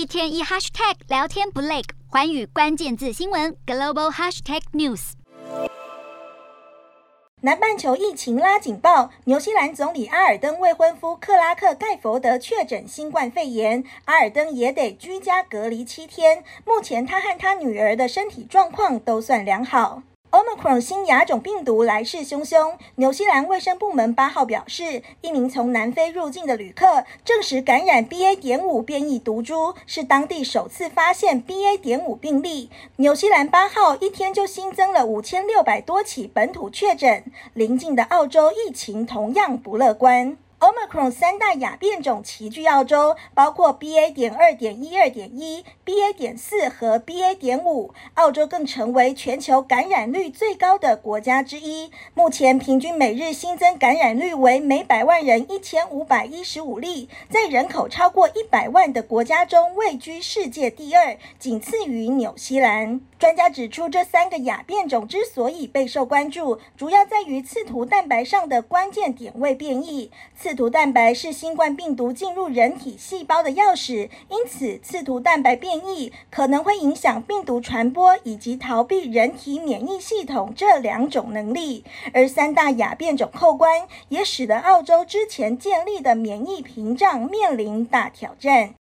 天一 hashtag 聊天不累，寰宇关键字新闻 global hashtag news。 南半球疫情拉警报，纽西兰总理阿尔登未婚夫克拉克盖佛德确诊新冠肺炎，阿尔登也得居家隔离7天。目前他和他女儿的身体状况都算良好。Omicron 新亚种病毒来势汹汹，纽西兰卫生部门8号表示，一名从南非入境的旅客证实感染 BA.5 变异毒株，是当地首次发现 BA.5 病例。纽西兰8号一天就新增了5600多起本土确诊，邻近的澳洲疫情同样不乐观。Omicron 3大亚变种齐聚澳洲，包括 BA.2.1、2.1、BA.4 和 BA.5。澳洲更成为全球感染率最高的国家之一。目前平均每日新增感染率为每100万人1515例，在人口超过100万的国家中位居世界第2，仅次于纽西兰。专家指出，这3个亚变种之所以备受关注，主要在于刺突蛋白上的关键点位变异。刺突蛋白是新冠病毒进入人体细胞的钥匙，因此刺突蛋白变异可能会影响病毒传播以及逃避人体免疫系统这2种能力。而3大亚变种扣关，也使得澳洲之前建立的免疫屏障面临大挑战。